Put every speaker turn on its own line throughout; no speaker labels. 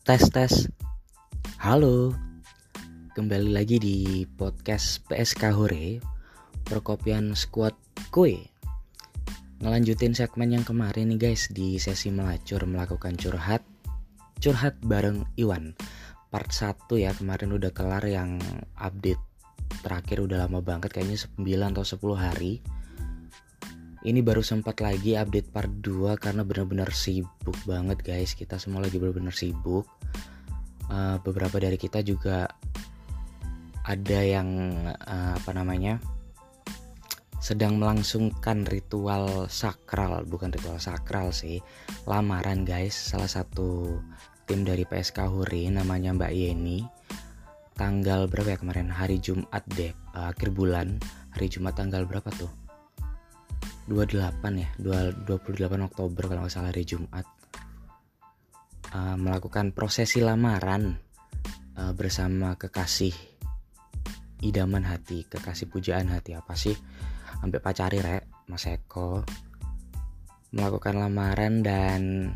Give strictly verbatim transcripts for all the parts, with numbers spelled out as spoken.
Tes tes. Halo. Kembali lagi di podcast P S K Hore, Perkopian Squad Kue. Ngelanjutin segmen yang kemarin nih guys, di sesi melacur melakukan curhat. Curhat bareng Iwan. Part satu ya, kemarin udah kelar, yang update terakhir udah lama banget, kayaknya sembilan atau sepuluh hari. Ini baru sempat lagi update part dua karena benar-benar sibuk banget guys. Kita semua lagi benar-benar sibuk. Uh, beberapa dari kita juga ada yang uh, apa namanya sedang melangsungkan ritual sakral, bukan ritual sakral sih, lamaran guys. Salah satu tim dari P S K Hore namanya Mbak Yeni. Tanggal berapa ya kemarin? Hari Jumat deh, uh, akhir bulan. Hari Jumat tanggal berapa tuh? dua puluh delapan ya, dua puluh delapan Oktober kalau nggak salah, hari Jumat. Uh, melakukan prosesi lamaran uh, bersama kekasih idaman hati, kekasih pujaan hati, apa sih, sampai pacari rek, Mas Eko. Melakukan lamaran dan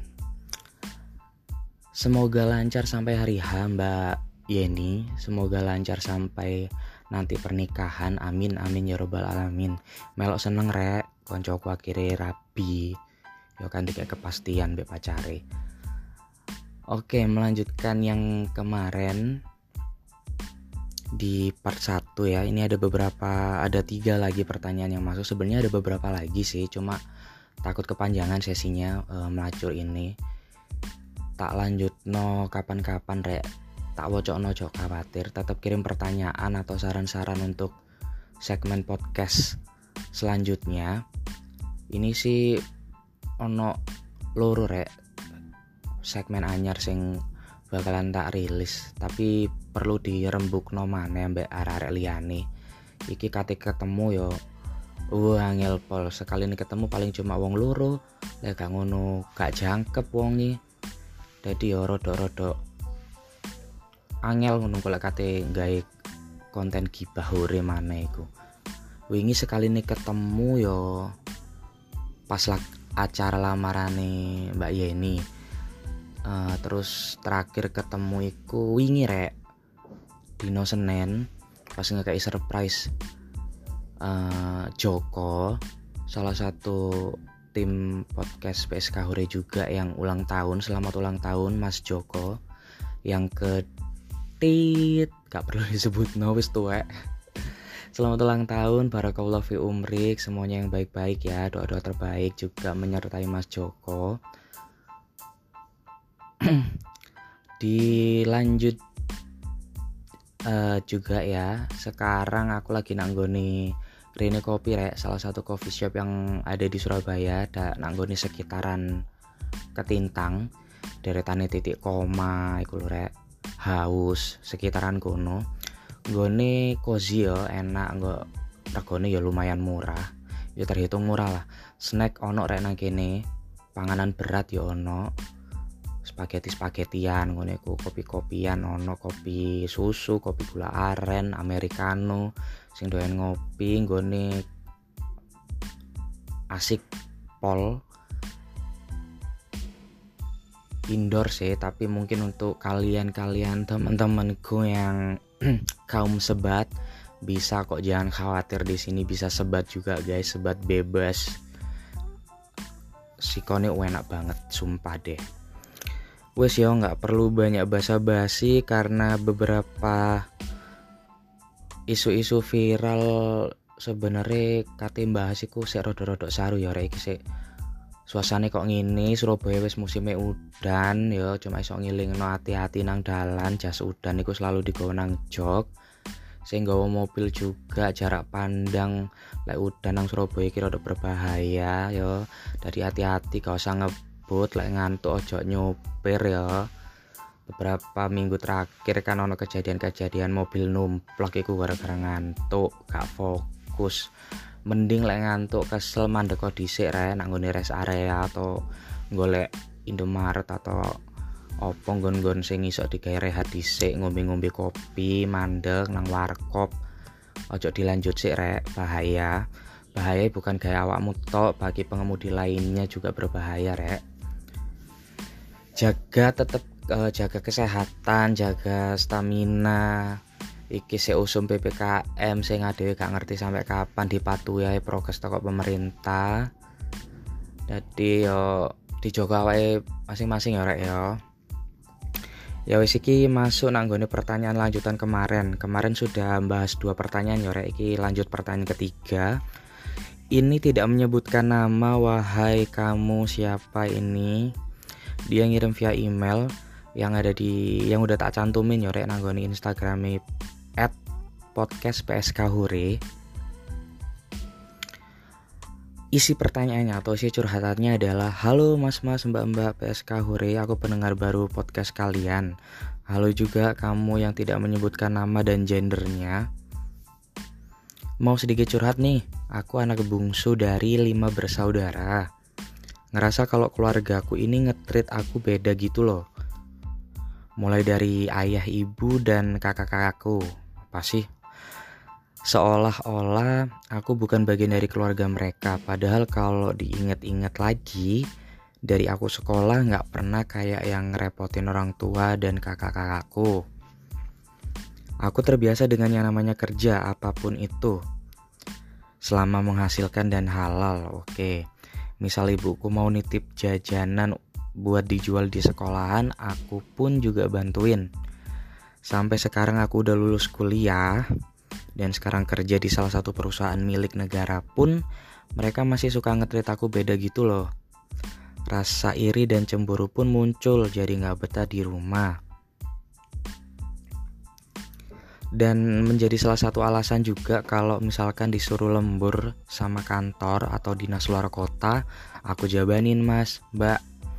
semoga lancar sampai hari H Mbak Yeni. Semoga lancar sampai nanti pernikahan, amin amin ya robbal alamin. Melok seneng rek, koncoku akhirnya rabi, yo kan kayak kepastian mbek pacare. Oke, melanjutkan yang kemarin di part satu ya. Ini ada beberapa, ada tiga lagi pertanyaan yang masuk. Sebenarnya ada beberapa lagi sih, cuma takut kepanjangan sesinya e, melacur ini. Tak lanjut no kapan-kapan rek, tak wocok no jok khawatir. Tetap kirim pertanyaan atau saran-saran untuk segmen podcast selanjutnya. Ini sih ono loro rek, segmen anyar sing bakalan tak rilis, tapi perlu dirembukno maneh mbek arek-arek liyane. Iki kate ketemu yo wah angel pol, sekali ini ketemu paling cuma wong loro, lek gak ngono gak jangkep wongi. Dadi yo rodok-rodok angel ngono kok kate gawe konten gibah hore maneh iku. Wingi sekali ini ketemu yo pas lak acara lamarane Mbak Yeni. Uh, terus terakhir ketemu iku wingi rek dino Senin pas ngekei surprise uh, Joko, salah satu tim podcast P S K Hore juga yang ulang tahun. Selamat ulang tahun Mas Joko yang ke tit, gak perlu disebut no wis tuwek. Selamat ulang tahun, barakallahu fi umrik, semuanya yang baik-baik ya, doa-doa terbaik juga menyertai Mas Joko. Dilanjut uh, juga ya. Sekarang aku lagi nanggoni Rene Kopi rek, salah satu coffee shop yang ada di Surabaya, ada nanggoni sekitaran Ketintang, deretane titik koma iku lho rek, haus sekitaran kono. Nggone cozy yo, enak, nggo regane ya lumayan murah. Ya terhitung murah lah. Snack ono rek nang kene, panganan berat ya ono. Spaghetti-spaghettian ngene iku, kopi-kopian ono, kopi susu, kopi gula aren, americano. Sing doyan ngopi nggone asik pol indoor sih, tapi mungkin untuk kalian-kalian teman-temanku yang kaum sebat bisa kok, jangan khawatir, di sini bisa sebat juga guys, sebat bebas. Sikone enak banget sumpah deh. Wes yo nggak perlu banyak basa-basi karena beberapa isu-isu viral sebenarnya kate bahas iku sik rodok-rodok saru ya rek iki sik. Suasane kok ngene, Surabaya wis musime udan ya, cuma iso ngilingno hati-hati nang dalan, jas udan iku selalu digawa nang jok. Sing nggawa mobil juga jarak pandang lek udan nang Surabaya iki rada berbahaya ya. Dari hati-hati, gak usah ngebut, lek ngantuk ojo nyopir ya. Beberapa minggu terakhir kan ono kejadian-kejadian mobil numplok iku gara-gara ngantuk, gak fokus. Mending lek ngantuk kesel mandek dhisik rek nang nggone rest area atau golek Indomaret atau opo nggon-nggon sing iso digawe rehat dhisik, ngombe-ngombe kopi mandek nang warkop. Ojo dilanjut sik rek, bahaya. Bahaya bukan gaya awakmu tok, bagi pengemudi lainnya juga berbahaya rek. Jaga tetap uh, jaga kesehatan, jaga stamina. Iki se usum P P K M sing adewe gak ngerti sampai kapan dipatuhi ae prokes teko pemerintah. Dadi yo dijogo awake masing-masing ya rek ya. Ya wis iki masuk nang nggone pertanyaan lanjutan kemarin. Kemarin sudah bahas dua pertanyaan ya rek, iki lanjut pertanyaan ketiga. Ini tidak menyebutkan nama, wahai kamu siapa ini. Dia ngirim via email yang ada di yang udah tak cantumin ya rek nang nggone Instagram at podcast P S K Hore. Isi pertanyaannya atau isi curhatannya adalah, halo mas-mas mbak-mbak P S K Hore, aku pendengar baru podcast kalian. Halo juga kamu yang tidak menyebutkan nama dan gendernya. Mau sedikit curhat nih, aku anak bungsu dari lima bersaudara. Ngerasa kalau keluargaku ini nge-treat aku beda gitu loh. Mulai dari ayah, ibu, dan kakak-kakakku. Apa sih? Seolah-olah aku bukan bagian dari keluarga mereka. Padahal kalau diingat-ingat lagi, dari aku sekolah gak pernah kayak yang ngerepotin orang tua dan kakak-kakakku. Aku terbiasa dengan yang namanya kerja, apapun itu. Selama menghasilkan dan halal, oke. Misal ibuku mau nitip jajanan buat dijual di sekolahan, aku pun juga bantuin. Sampai sekarang aku udah lulus kuliah dan sekarang kerja di salah satu perusahaan milik negara pun mereka masih suka nge-treat aku beda gitu loh. Rasa iri dan cemburu pun muncul, jadi gak betah di rumah. Dan menjadi salah satu alasan juga kalau misalkan disuruh lembur sama kantor atau dinas luar kota, aku jabanin, mas, mbak.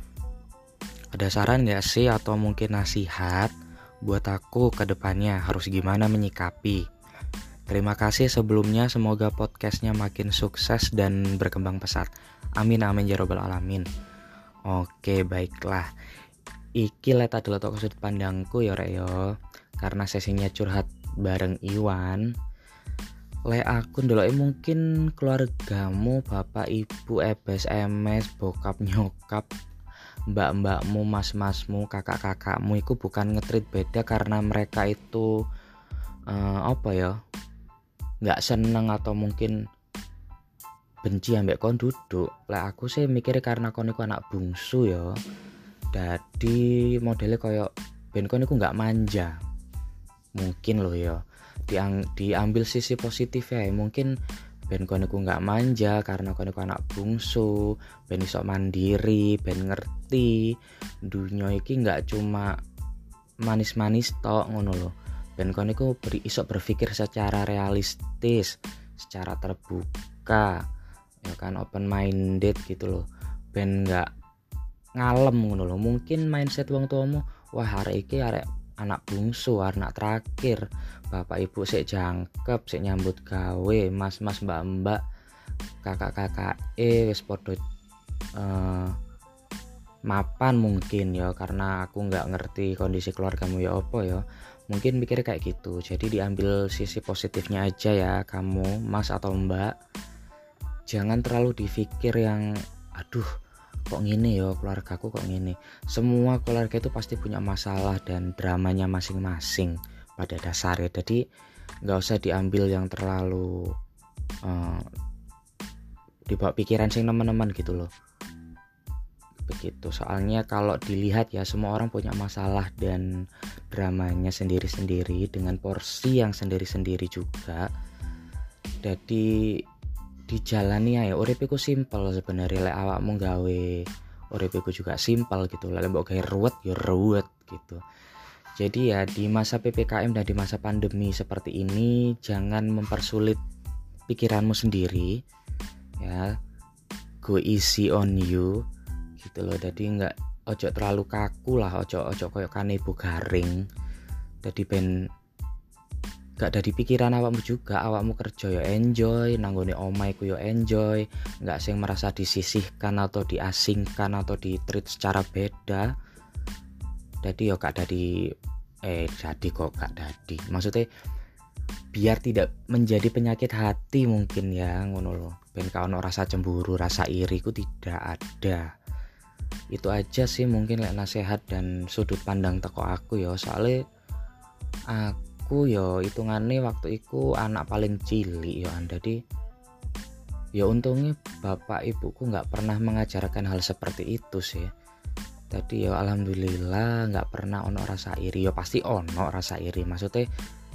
Ada saran gak sih atau mungkin nasihat buat aku ke depannya harus gimana menyikapi? Terima kasih sebelumnya, semoga podcastnya makin sukses dan berkembang pesat. Amin amin ya robbal alamin. Oke, baiklah. Iki let adalah toko sudut pandangku ya rek yo. Karena sesinya curhat bareng Iwan. Le aku ndeloke mungkin keluargamu, bapak ibu, ebes emes, bokap nyokap, mbak-mbakmu, mas-masmu, kakak-kakakmu itu bukan nge-treat beda karena mereka itu uh, apa ya? Nggak seneng atau mungkin benci ambek kon duduk. Lah aku sih mikir karena kon iku anak bungsu ya. Dadi modelnya koyo ben kon iku nggak manja. Mungkin loh ya. Diang, diambil sisi positif ya. Mungkin ben kon iku nggak manja karena kon iku anak bungsu, ben iso mandiri, ben ngerti dunia iki nggak cuma manis-manis tok ngono loh. Ben kon iku ber, iso berpikir secara realistis, secara terbuka, ya kan, open minded gitu loh. Ben nggak ngalem ngono loh. Mungkin mindset wong tuamu, wah arek iki arek anak bungsu, anak terakhir, bapak ibu sik jangkep, sik nyambut gawe, mas-mas mbak-mbak, kakak-kakak eh wis podo uh, mapan mungkin ya, karena aku nggak ngerti kondisi keluargamu ya opo ya. Mungkin mikir kayak gitu. Jadi diambil sisi positifnya aja ya kamu, mas atau mbak. Jangan terlalu dipikir yang aduh kok gini ya keluargaku kok gini. Semua keluarga itu pasti punya masalah dan dramanya masing-masing pada dasarnya. Jadi nggak usah diambil yang terlalu uh, dibawa pikiran sing teman-teman gitu loh. Begitu. Soalnya kalau dilihat ya semua orang punya masalah dan dramanya sendiri-sendiri dengan porsi yang sendiri-sendiri juga. Jadi dijalani ya urip iku simpel sebenarnya, lek awakmu gawe urip iku juga simpel gitu, lek mbok gawe ruwet ya ruwet gitu. Jadi ya di masa P P K M dan di masa pandemi seperti ini jangan mempersulit pikiranmu sendiri ya, go easy on you gitu loh. Jadi enggak, ojo terlalu kaku lah, ojo ojo koyo kanebo garing. Jadi ben gak ada di pikiran awakmu juga, awakmu kerja ya enjoy, nanggone omah iku ya enjoy, gak sing merasa disisihkan atau diasingkan atau di-treat secara beda. Jadi ya gak dadi eh jadi kok gak dadi. Maksudnya biar tidak menjadi penyakit hati mungkin ya ngono loh. Ben ka ono rasa cemburu, rasa iri ku tidak ada. Itu aja sih mungkin lek nasihat dan sudut pandang teko aku ya. Soalnya aku ya hitungane waktu iku anak paling cilik ya. Jadi ya untungnya bapak ibuku nggak pernah mengajarkan hal seperti itu sih. Tadi ya alhamdulillah nggak pernah ono rasa iri. Ya pasti ono rasa iri, maksudnya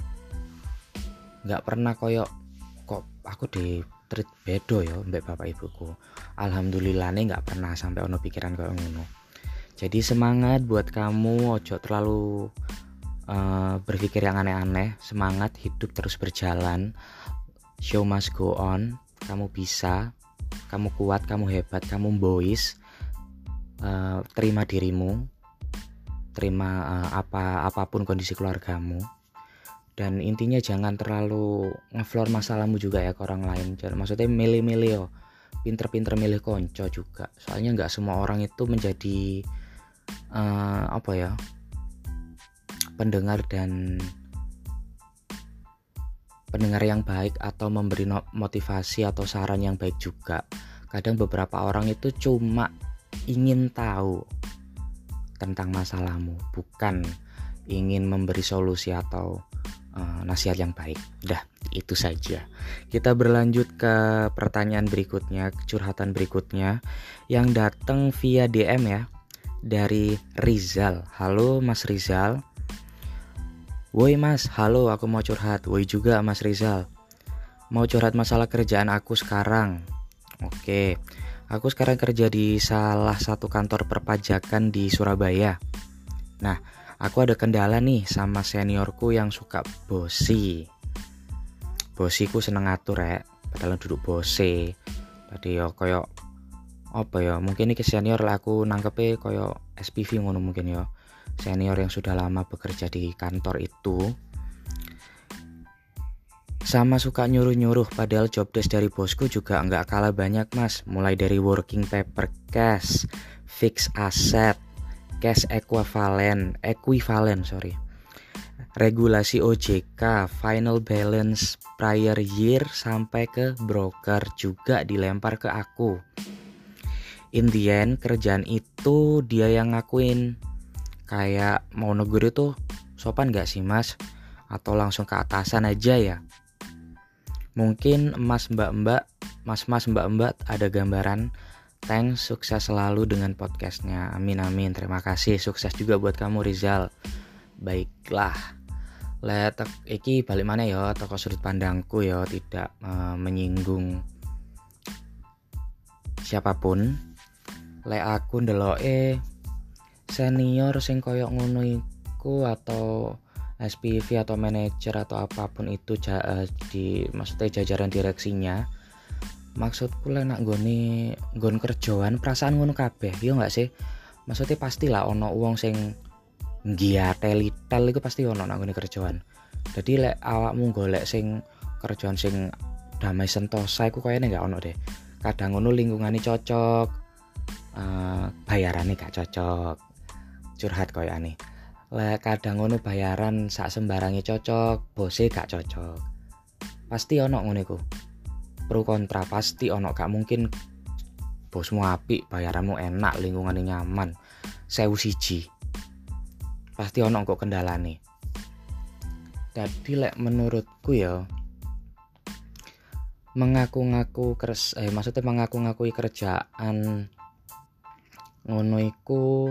nggak pernah koyok kok aku di treat bedo ya mbak bapak ibuku. Alhamdulillah nih nggak pernah sampai ono pikiran kayak ngono. Jadi semangat buat kamu, ojo terlalu uh, berpikir yang aneh-aneh. Semangat, hidup terus berjalan, show must go on. Kamu bisa, kamu kuat, kamu hebat, kamu boys. Uh, terima dirimu, terima uh, apa apapun kondisi keluargamu, dan intinya jangan terlalu ngeflor masalahmu juga ya ke orang lain. Maksudnya milih-milih yo, pinter-pinter milih konco juga. Soalnya nggak semua orang itu menjadi uh, apa ya pendengar dan pendengar yang baik atau memberi motivasi atau saran yang baik juga. Kadang beberapa orang itu cuma ingin tahu tentang masalahmu, bukan ingin memberi solusi atau uh, nasihat yang baik. Udah, itu saja. Kita berlanjut ke pertanyaan berikutnya, curhatan berikutnya yang datang via D M ya, dari Rizal. Halo Mas Rizal. Woi Mas, halo, aku mau curhat. Woi juga Mas Rizal. Mau curhat masalah kerjaan aku sekarang. Oke. Aku sekarang kerja di salah satu kantor perpajakan di Surabaya. Nah, aku ada kendala nih sama seniorku yang suka bosi. Bosiku seneng ngatur ya, padahal duduk bosi. Tadi yo koyo apa ya? Mungkin iki senior lah aku nangkepe koyo S P V ngono mungkin ya. Senior yang sudah lama bekerja di kantor itu. Sama suka nyuruh-nyuruh, padahal job desk dari bosku juga nggak kalah banyak Mas. Mulai dari working paper cash, fixed asset, cash equivalent, equivalent sorry, regulasi O J K, final balance prior year, sampai ke broker juga dilempar ke aku. In the end, kerjaan itu dia yang ngakuin. Kayak mau negur itu sopan nggak sih Mas? Atau langsung ke atasan aja ya? Mungkin mas mbak-mbak, mas-mas mbak-mbak ada gambaran. Thanks, sukses selalu dengan podcastnya. Amin amin, terima kasih. Sukses juga buat kamu Rizal. Baiklah, lihat iki balik mana ya, toko sudut pandangku ya, tidak uh, menyinggung siapapun. Lek aku ndeloke senior sing koyok ngono iku atau S P V atau manajer atau apapun itu ja, di maksudnya jajaran direksinya, maksudku lah nak gone nggon kerjaan perasaan ngono kabeh yo enggak sih? Maksudnya pastilah ono wong sing ngiateli-tel iku pasti ono nak gone kerjaan. Jadi lek awakmu golek sing kerjaan sing damai sentosa iku kayaknya enggak ono deh. Kadang ngono lingkungane cocok, uh, bayarannya gak cocok. Curhat koyane. Lah kadang ngono bayaran sak sembarange cocok, bose gak cocok. Pasti ono ngono iku. Pro kontra pasti ono, gak mungkin bosmu apik, bayaranmu enak, lingkungannya nyaman. Sewu siji. Pasti ono kok kendalane. Jadi lek menurutku ya mengaku-ngaku kers eh maksudnya mengaku-ngakui kerjaan ngono iku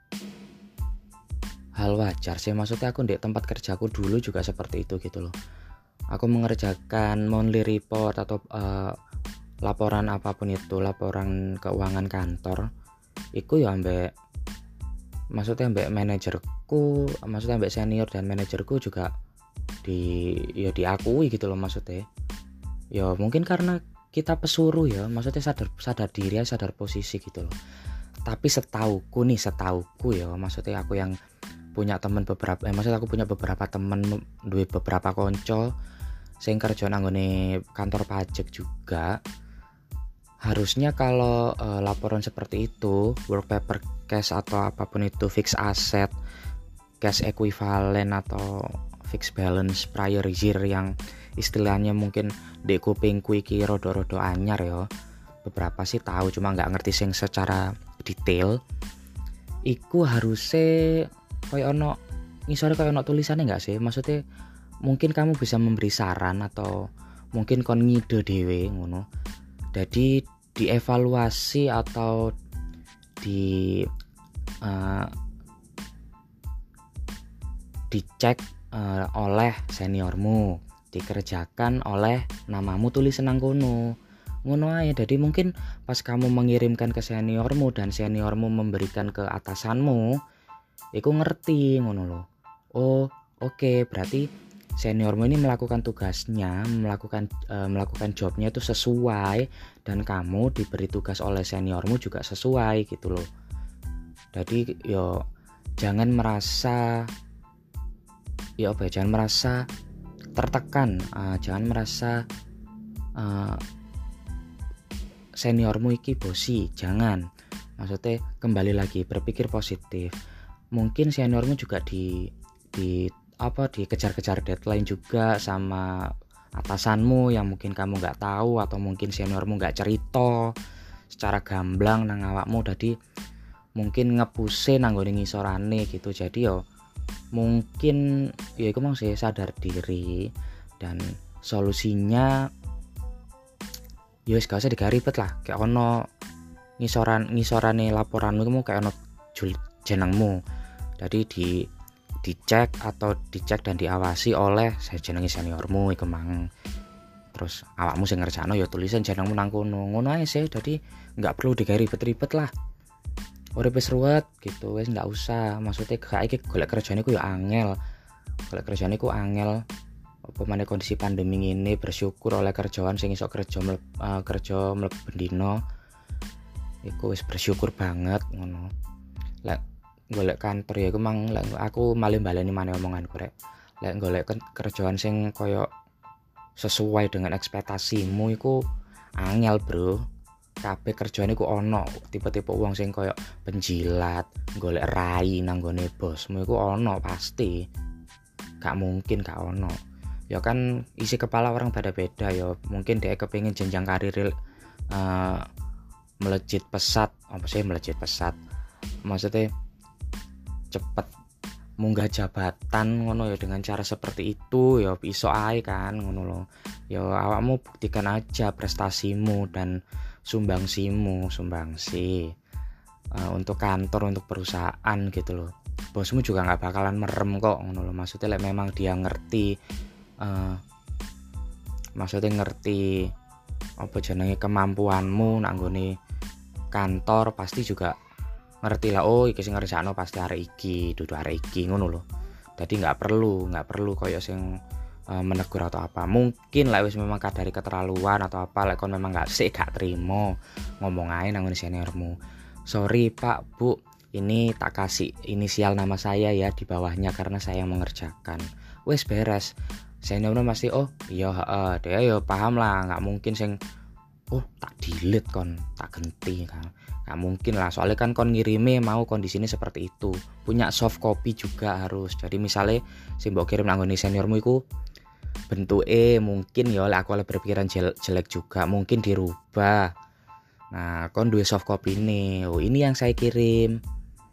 hal wajar sih. Maksudnya aku di tempat kerjaku dulu juga seperti itu gitu loh. Aku mengerjakan monthly report atau uh, laporan apapun itu, laporan keuangan kantor. Iku ya ambek maksudnya ambek manajerku, maksudnya ambek senior dan manajerku juga di ya diakui gitu loh maksudnya. Ya mungkin karena kita pesuruh ya, maksudnya sadar sadar diri, sadar posisi gitu loh. Tapi setauku nih, setauku ya, maksudnya aku yang punya teman beberapa eh maksud aku punya beberapa teman, duwe beberapa konco sing kerja nang nggone kantor pajak juga. Harusnya kalau uh, laporan seperti itu, work paper cash atau apapun itu, fixed asset, cash equivalent atau fixed balance prior year yang istilahnya mungkin dek kupingku iki rodo-rodo anyar ya. Beberapa sih tahu, cuma nggak ngerti sing secara detail iku harusnya koyo ono ngisore koyo ono tulisannya enggak sih? Maksudnya mungkin kamu bisa memberi saran atau mungkin kon ngide dhewe ngono. Jadi dievaluasi atau di uh, dicek uh, oleh seniormu, dikerjakan oleh namamu tulis nang kono. Ngono ae. Jadi mungkin pas kamu mengirimkan ke seniormu dan seniormu memberikan ke atasanmu, iku ngerti ngono loh. Oh, oke, okay, berarti seniormu ini melakukan tugasnya, melakukan e, melakukan jobnya itu sesuai dan kamu diberi tugas oleh seniormu juga sesuai gitu loh. Jadi yo jangan merasa ya apa ya, jangan merasa tertekan, uh, jangan merasa uh, seniormu iki bosi, jangan. Maksudnya kembali lagi berpikir positif. Mungkin seniormu juga di di apa dikejar-kejar deadline juga sama atasanmu yang mungkin kamu nggak tahu, atau mungkin seniormu nggak cerita secara gamblang nang awakmu, jadi mungkin ngepuse nanggone ngisorane gitu. Jadi yo mungkin ya iku mau sih sadar diri, dan solusinya ya wis gak usah digaribet lah. Kayak ono ngisoran ngisorane laporanmu kamu kayak ono jenengmu. Jadi di dicek atau dicek dan diawasi oleh jenenge seniormu iku mang. Terus awakmu sing ngerjakno ya tulisan jenengmu nang kono. Ngono ae sih. Jadi enggak perlu digaribet-ribet lah. Urip wis ruwet gitu, wis ndak usah. Maksudnya gak iki golek kerjane ku ya angel. Golek kerjane ku angel. Apa maneh kondisi pandemi ini, bersyukur oleh kerjaan sing iso kerja mleb, uh, kerja mlebu bendino. Iku wis bersyukur banget ngono. Lek golek kantor ya iku mang lek aku malih baleni maneh omonganku rek. Lek golek kerjaan sing koyo sesuai dengan ekspektasimu iku angel, Bro. Kabeh kerjane ku ono, tipe-tipe wong sing koyo penjilat, golek rai nang gone bosmu iku ono pasti. Gak mungkin gak ono. Ya kan isi kepala orang beda-beda ya. Mungkin dia kepengin jenjang karir uh, melejit pesat, apa sih melejit pesat? Maksudnya cepet munggah jabatan ngono ya, dengan cara seperti itu ya iso ae kan ngono loh. Ya awakmu buktikan aja prestasimu dan sumbangsimu, sumbangsi uh, untuk kantor, untuk perusahaan gitu loh. Bosmu juga nggak bakalan merem kok ngono loh. Maksudnya like, memang dia ngerti, uh, maksudnya ngerti apa jenenge kemampuanmu nang nggone kantor, pasti juga ngerti lah. Oh iki sing ngerjakno pasti arek iki, dudu arek iki ngono loh. Jadi nggak perlu, nggak perlu koyo sing menegur atau apa. Mungkin lah wis memang kadari keterlaluan atau apa, lek kon memang gak sik gak trimo, ngomong ae nang seniormu. Sorry Pak, Bu, ini tak kasih inisial nama saya ya di bawahnya karena saya yang mengerjakan. Wis beres. Seniormu masih oh iya heeh, dia ya paham lah, gak mungkin sing oh tak delete kon, tak ganti kan. Gak mungkin lah, soalnya kan kon ngirime mau kondisinya seperti itu. Punya soft copy juga harus. Jadi misalnya sing mbok kirim nang seniormu iku bentuke mungkin ya lek aku oleh berpikiran jelek juga, mungkin dirubah. Nah, kon duwe soft copy ini. Oh, ini yang saya kirim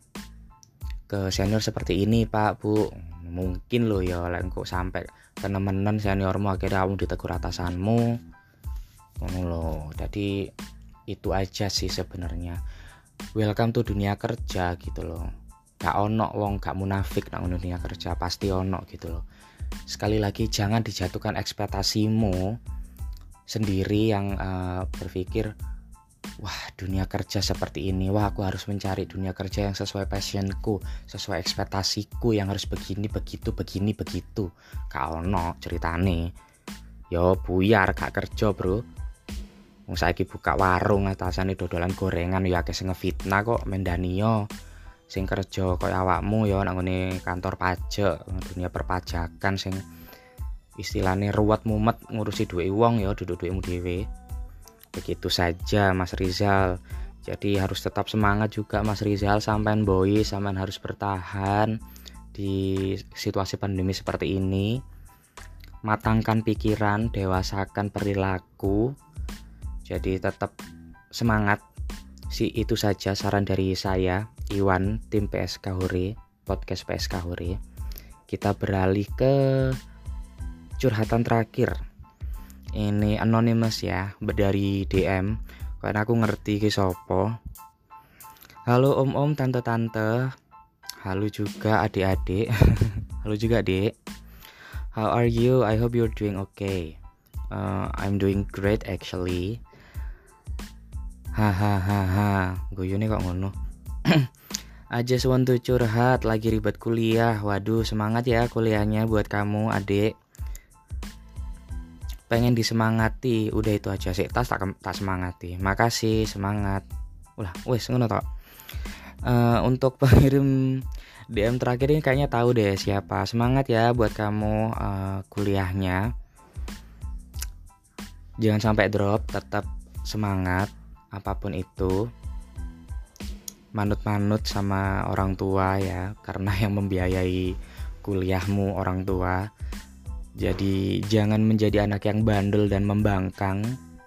ke senior seperti ini, Pak, Bu. Mungkin lo ya lek kok sampai kenemenan seniormu akhirnya kamu ditegur atasanmu. Ngono loh. Jadi itu aja sih sebenarnya. Welcome to dunia kerja gitu loh. Gak ono wong gak munafik nang dunia kerja, pasti ono gitu loh. Sekali lagi jangan dijatuhkan ekspektasimu sendiri yang uh, berpikir wah dunia kerja seperti ini, wah aku harus mencari dunia kerja yang sesuai passionku, sesuai ekspektasiku, yang harus begini begitu begini begitu. Gak ono ceritane. Yo buyar gak kerja, Bro. Wong saiki buka warung atasane dodolan gorengan ya akeh sing ngefitnah kok mendani yo. Sing kerja koyo awakmu ya nang ngene kantor pajak, dunia perpajakan sing istilahnya ruwet mumet ngurusi duit wong ya, duduk duitmu dhewe. Begitu saja Mas Rizal. Jadi harus tetap semangat juga Mas Rizal, sampean boy, sampean harus bertahan di situasi pandemi seperti ini. Matangkan pikiran, dewasakan perilaku. Jadi tetap semangat. Si itu saja saran dari saya, Iwan, tim P S K Hore, podcast P S K Hore. Kita beralih ke curhatan terakhir. Ini anonymous ya, dari D M. Karena aku ngerti ki sopo. Halo om-om, tante-tante. Halo juga adik-adik. Halo juga dek. How are you? I hope you're doing okay. Uh, I'm doing great actually. Hahaha, guyone kok ngono. I just want to curhat, lagi ribet kuliah. Waduh, semangat ya kuliahnya buat kamu, adik. Pengen disemangati, udah itu aja sih. Tas tak tak semangati. Makasih, semangat. Ulah, wes ngono tok. Uh, untuk pengirim D M terakhir ini kayaknya tahu deh siapa. Semangat ya buat kamu uh, kuliahnya. Jangan sampai drop, tetap semangat. Apapun itu, manut-manut sama orang tua ya, karena yang membiayai kuliahmu orang tua. Jadi jangan menjadi anak yang bandel dan membangkang.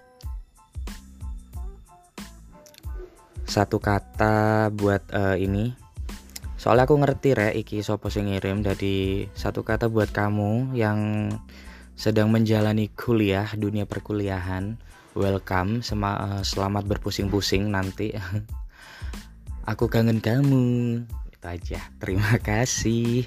Satu kata buat uh, ini, soalnya aku ngerti rek iki sopo sing ngirim. Jadi satu kata buat kamu yang sedang menjalani kuliah, dunia perkuliahan. Welcome, sema, uh, selamat berpusing-pusing nanti. Aku kangen kamu. Itu aja. Terima kasih.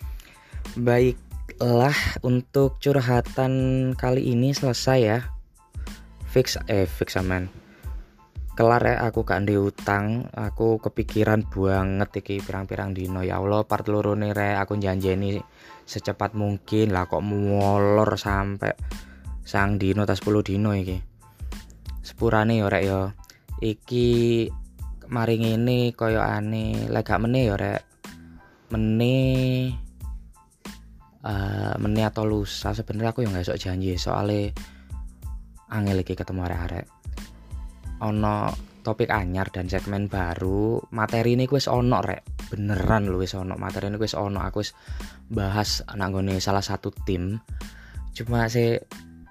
Baiklah, untuk curhatan kali ini selesai ya. Fix eh fix aman. Kelar ya, aku gak ndek utang. Aku kepikiran banget iki pirang-pirang dino. Ya Allah, part lorone rek aku janjeni secepat mungkin lah, kok molor sampai sang dino tas sepuluh dino iki. Sepurane yo rek yo. Iki mari ngene koyo ane lek gak meneh yo rek. Meneh uh, meneh atau lusa sebenarnya aku yo gak esok janji soalnya angel iki ketemu arek-arek. Ono topik anyar dan segmen baru. Materi ini wis ono rek. Beneran lho wis ono. Materi ini wis ono. Aku wis bahas nang nggone salah satu tim. Cuma saya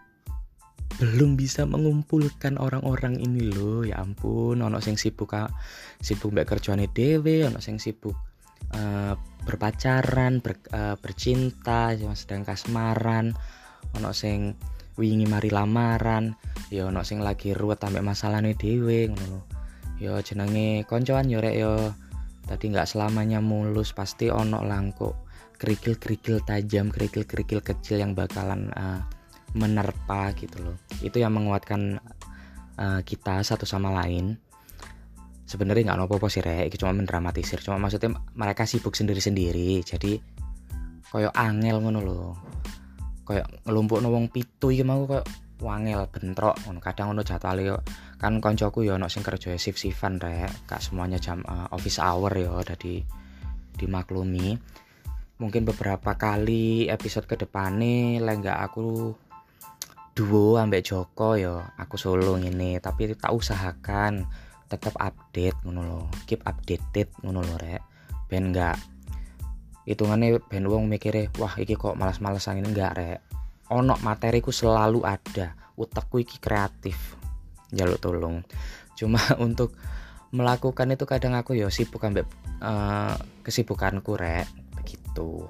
belum bisa mengumpulkan orang-orang ini loh. Ya ampun, ono sing sibuk sibuk mbek kerjane dhewe, ono sing sibuk uh, berpacaran, ber, uh, bercinta, sedang kasmaran, ono sing wingi mari lamaran, ya ono sing lagi ruwet ambek masalahne dhewe ngono lho. Ya jenenge koncoan yo rek yo. Tadi enggak selamanya mulus, pasti ono langkuk kerikil-kerikil tajam, kerikil-kerikil kecil yang bakalan uh, menerpa gitu loh. Itu yang menguatkan uh, kita satu sama lain. Sebenarnya nggak apa-apa sih rek, cuma mendramatisir. Cuma maksudnya mereka sibuk sendiri-sendiri. Jadi koyo angel ngono loh. Koyo ngelumpukno wong pitu iki mau koyo wangel bentrok ngono. Kadang ono jadwale yo. Kan koncoku yo ono sing kerja shift-shiftan rek. Gak semuanya jam uh, office hour yo, dadi dimaklumi. Mungkin beberapa kali episode ke depannya lek gak aku duo ambek Joko yo, aku solo ngene, tapi tak usahakan tetap update ngono lho, keep updated ngono lho rek. Ben enggak hitungane ben wong mikire wah iki kok malas-malesan ini, enggak rek. Ono materiku selalu ada, utekku iki kreatif. Njaluk tolong. Cuma untuk melakukan itu kadang aku yo sibuk ambek uh, kesibukanku rek, begitu.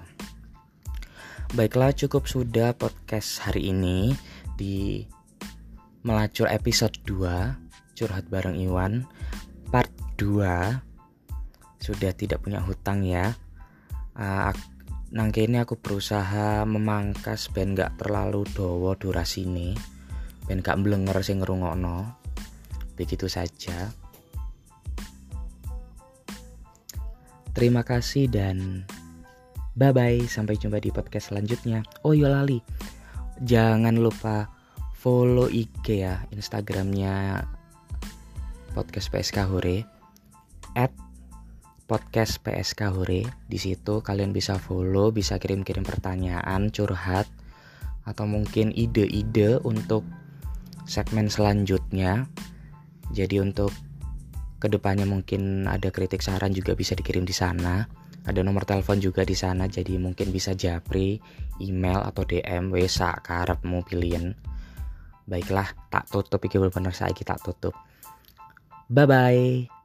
Baiklah, cukup sudah podcast hari ini di Melacur episode dua, curhat bareng Iwan part dua. Sudah tidak punya hutang ya. Uh, nang kene aku berusaha memangkas ben gak terlalu dawa durasine, ben gak mblenger sing ngrungokno. Begitu saja. Terima kasih dan bye-bye, sampai jumpa di podcast selanjutnya. Oh iya lali, jangan lupa follow I G ya, Instagramnya podcast P S K Hore at podcast P S K Hore. Di situ kalian bisa follow, bisa kirim-kirim pertanyaan, curhat, atau mungkin ide-ide untuk segmen selanjutnya. Jadi untuk kedepannya mungkin ada kritik saran juga bisa dikirim di sana. Ada nomor telepon juga di sana, jadi mungkin bisa japri, email atau D M wes sak karepmu pilihan. Baiklah, tak tutup iki bener saiki tak tutup. Bye-bye.